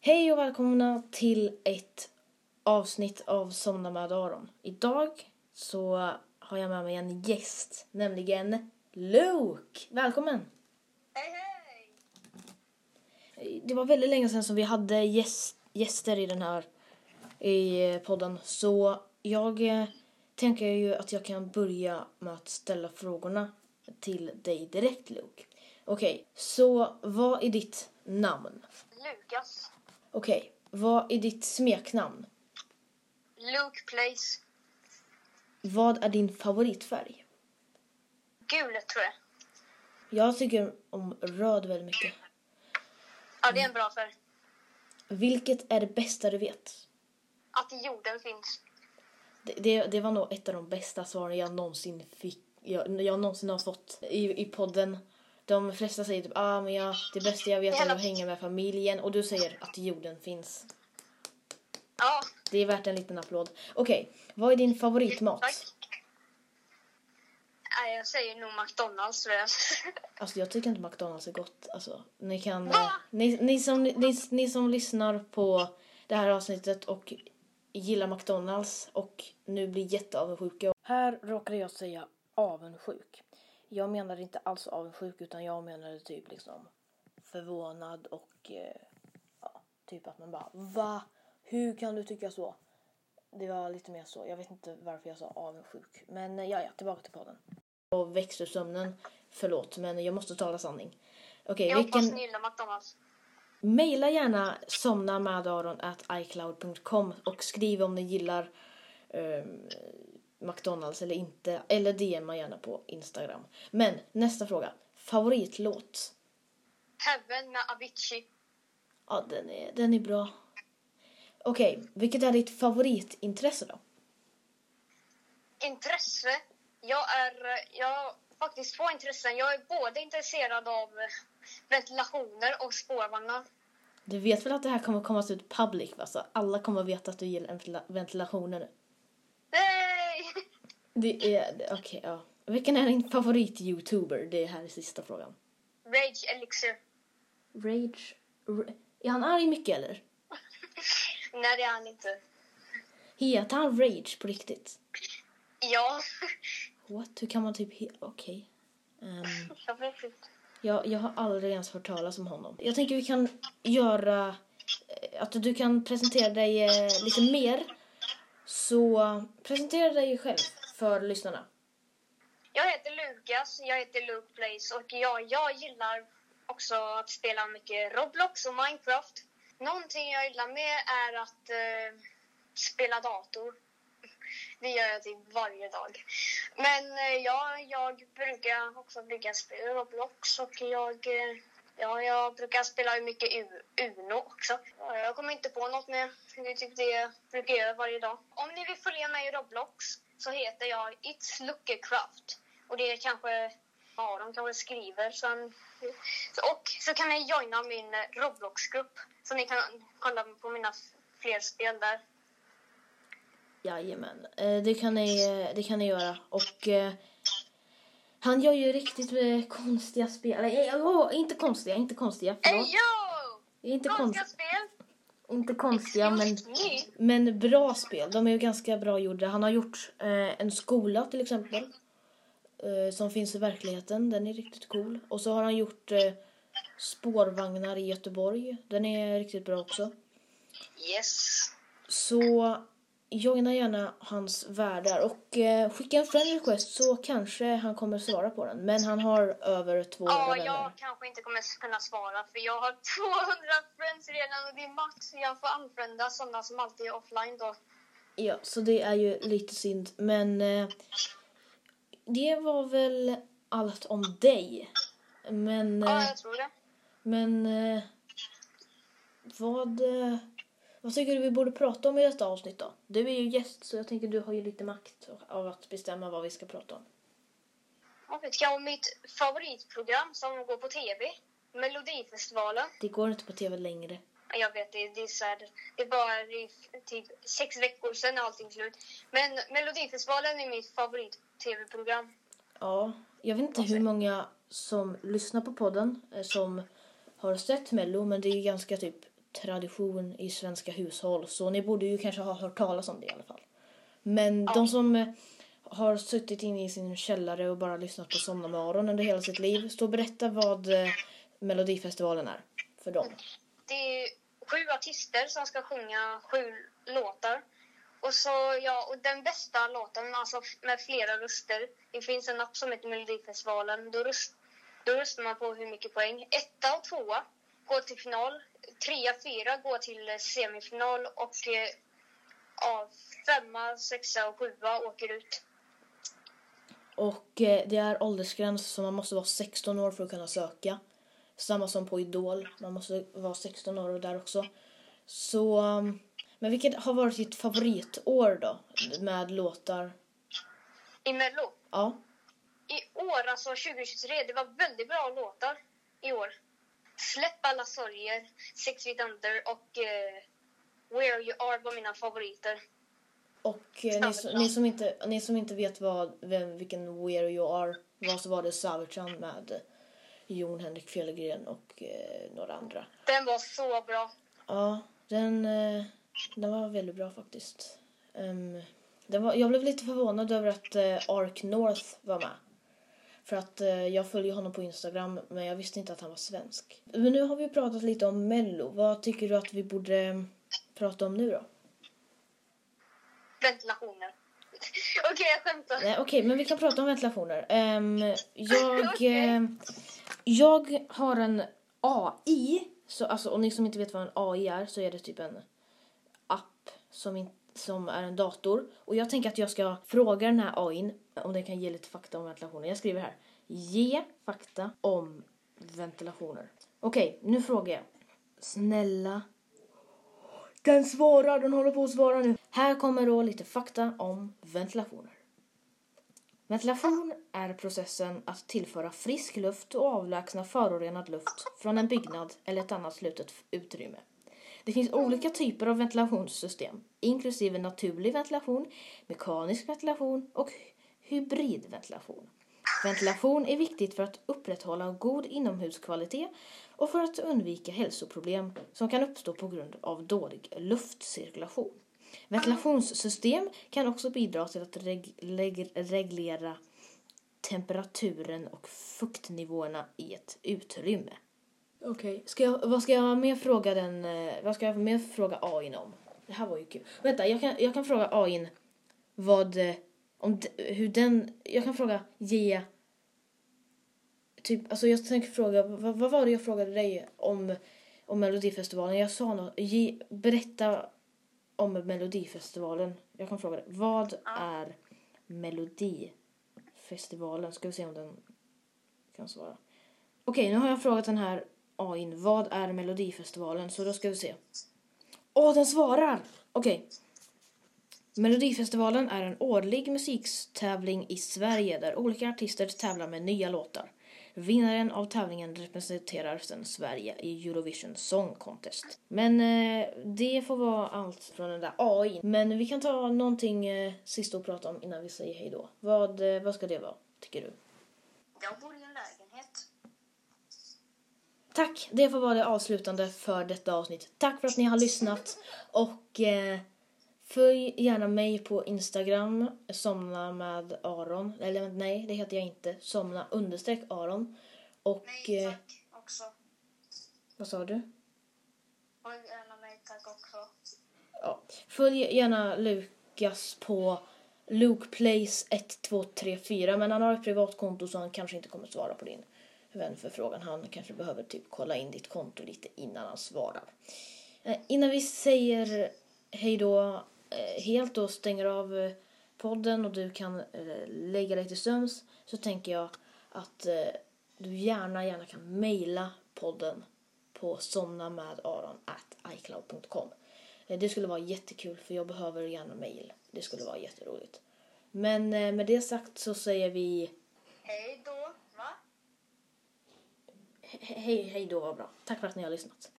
Hej och välkomna till ett avsnitt av Somna med Aron. Idag så har jag med mig en gäst, nämligen Luke. Välkommen! Hej hej! Det var väldigt länge sedan som vi hade gäster i podden. Så jag tänker ju att jag kan börja med att ställa frågorna till dig direkt, Luke. Okej, så vad är ditt namn? Lukas. Okej, vad är ditt smeknamn? Luke Place. Vad är din favoritfärg? Gul tror jag. Jag tycker om röd väldigt mycket. Ja, det är en bra färg. Vilket är det bästa du vet? Att jorden finns. Det var nog ett av de bästa svaren jag någonsin fick. Jag någonsin har fått i podden. De flesta säger typ, men det bästa jag vet är att hänga med familjen. Och du säger att jorden finns. Ja. Det är värt en liten applåd. Okej, vad är din favoritmat? Tack. Nej, jag säger nog McDonalds tror jag. Alltså jag tycker inte McDonalds är gott. Alltså, ni kan Va? ni som lyssnar på det här avsnittet och gillar McDonalds och nu blir jätteavundsjuka. Här råkade jag säga avundsjuk. Jag menade inte alls avundsjuk utan jag menade typ liksom förvånad och typ att man bara, va? Hur kan du tycka så? Det var lite mer så. Jag vet inte varför jag sa avundsjuk. Men ja, tillbaka till podden. Och växelsömnen. Förlåt, men jag måste tala sanning. Okej, Jag hoppas ni gillar McDonalds. Maila gärna somnamadaron@icloud.com och skriv om ni gillar McDonalds eller inte. Eller DMa gärna på Instagram. Men nästa fråga. Favoritlåt? Heaven med Avicii. Ja, den är bra. Okej, vilket är ditt favoritintresse då? Intresse? Jag har faktiskt två intressen. Jag är både intresserad av ventilationer och spårvagnar. Du vet väl att det här kommer komma ut public, va? Så alla kommer veta att du gillar ventilationer nu. Nej! Det är, okej, ja. Vilken är din favorit-youtuber? Det är här i sista frågan. Rage Elixir. Är han arg mycket eller? Nej, det är han inte. Heter han Rage på riktigt? Ja. What? Hur kan man typ... Okej. Jag vet inte. Jag har aldrig ens hört talas om honom. Jag tänker vi kan göra... Att du kan presentera dig lite mer. Så presentera dig själv för lyssnarna. Jag heter Lukas, jag heter Luke Place och jag gillar också att spela mycket Roblox och Minecraft. Någonting jag gillar med är att spela dator. Det gör jag typ varje dag. Men jag brukar också spela Roblox och jag brukar spela mycket Uno också. Jag kommer inte på något mer. Det är typ det jag brukar göra varje dag. Om ni vill följa mig i Roblox så heter jag It's Luckecraft. Och det är kanske Aron kanske skriver. Och så kan ni joina min Roblox-grupp. Så ni kan kolla på mina fler spel där. Jajamän, det kan ni göra. Och han gör ju riktigt konstiga spel. Inte konstiga, förlåt. Inte konstiga spel. Inte konstiga, men bra spel. De är ju ganska bra gjorda. Han har gjort en skola till exempel. Som finns i verkligheten. Den är riktigt cool. Och så har han gjort spårvagnar i Göteborg. Den är riktigt bra också. Yes. Så joina gärna hans världar och skicka en friend request så kanske han kommer svara på den. Men han har över 200 vänner. Jag kanske inte kommer kunna svara för jag har 200 friends redan och det är max. Jag får använda sådana som alltid är offline då. Ja, så det är ju lite synd. Men det var väl allt om dig. Men, ja, jag tror det. Men vad tycker du vi borde prata om i detta avsnitt då? Du är ju gäst så jag tänker du har ju lite makt av att bestämma vad vi ska prata om. Jag vet inte om mitt favoritprogram som går på tv. Melodifestivalen. Det går inte på tv längre. Jag vet, det är så här, det är bara typ 6 veckor sedan allting slut. Men Melodifestivalen är mitt favorit-tv-program. Ja, jag vet inte hur många som lyssnar på podden som har sett Mello, men det är ju ganska typ tradition i svenska hushåll. Så ni borde ju kanske ha hört talas om det i alla fall. Men de som har suttit inne i sin källare och bara lyssnat på Somna med Aron under hela sitt liv. Så berätta vad Melodifestivalen är för dem. Det är 7 artister som ska sjunga 7 låtar. Och den bästa låten, alltså med flera röster. Det finns en app som heter Melodifestivalen. Då röstar man på hur mycket poäng. 1 och 2 går till final. 3, 4 går till semifinal. Och 5, 6 och 7 åker ut. Och det är åldersgräns, så man måste vara 16 år för att kunna söka. Samma som på Idol. Man måste vara 16 år och där också. Så, men vilket har varit ditt favoritår då? Med låtar? I Mello? Ja. I år, alltså 2023, det var väldigt bra låtar i år. Släpp alla sorger, 6 Feet Under och Where You Are var mina favoriter. Och ni som inte vet vilken Where You Are var, så var det Savertjan med Jon Henrik Fjällgren och några andra. Den var så bra. Ja, den var väldigt bra faktiskt. Jag blev lite förvånad över att Ark North var med. För att jag följer honom på Instagram, men jag visste inte att han var svensk. Men nu har vi pratat lite om Mello. Vad tycker du att vi borde prata om nu då? Ventilationer. Okej, jag skämtar. Nej, okej, men vi kan prata om ventilationer. Jag har en AI. Så, alltså, om ni som inte vet vad en AI är, så är det typ en app som är en dator. Och jag tänker att jag ska fråga den här AI:n om den kan ge lite fakta om ventilationer. Jag skriver här: ge fakta om ventilationer. Okej, nu frågar jag. Snälla. Den håller på att svara nu. Här kommer då lite fakta om ventilationer. Ventilation är processen att tillföra frisk luft och avlägsna förorenad luft från en byggnad eller ett annat slutet utrymme. Det finns olika typer av ventilationssystem, inklusive naturlig ventilation, mekanisk ventilation och hybridventilation. Ventilation är viktigt för att upprätthålla god inomhuskvalitet och för att undvika hälsoproblem som kan uppstå på grund av dålig luftcirkulation. Ventilationssystem kan också bidra till att reglera temperaturen och fuktnivåerna i ett utrymme. Okej, vad ska jag mer fråga AI:n om? Det här var ju kul. Vänta, jag kan fråga AI:n jag kan fråga jag tänker fråga vad var det jag frågade dig om Melodifestivalen? Jag sa något, berätta om Melodifestivalen. Jag kan fråga dig, vad är Melodifestivalen? Ska vi se om den kan svara. Okej, nu har jag frågat den här AI:n, vad är Melodifestivalen? Så då ska vi se. Den svarar! Okej. Melodifestivalen är en årlig musiktävling i Sverige där olika artister tävlar med nya låtar. Vinnaren av tävlingen representerar sedan Sverige i Eurovision Song Contest. Men det får vara allt från den där AI. Men vi kan ta någonting sist att prata om innan vi säger hej då. Vad ska det vara, tycker du? Jag bor i en lägenhet. Tack, det får vara det avslutande för detta avsnitt. Tack för att ni har lyssnat och följ gärna mig på Instagram, Somna med Aron. Eller nej, det heter jag inte. Somna_Aron. Och Nej, tack också. Vad sa du? Följ gärna mig, tack också. Ja, följ gärna Lukas på LukePlace1234. Men han har ett privat konto, så han kanske inte kommer svara på din vänförfrågan. Han kanske behöver typ kolla in ditt konto lite innan han svarar. Innan vi säger hej då helt och stänger av podden och du kan lägga dig till sömns, så tänker jag att du gärna kan mejla podden på somnamedaron@icloud.com. Det skulle vara jättekul, för jag behöver gärna mejl. Det skulle vara jätteroligt. Men med det sagt så säger vi hej då, va? Hej då, var bra. Tack för att ni har lyssnat.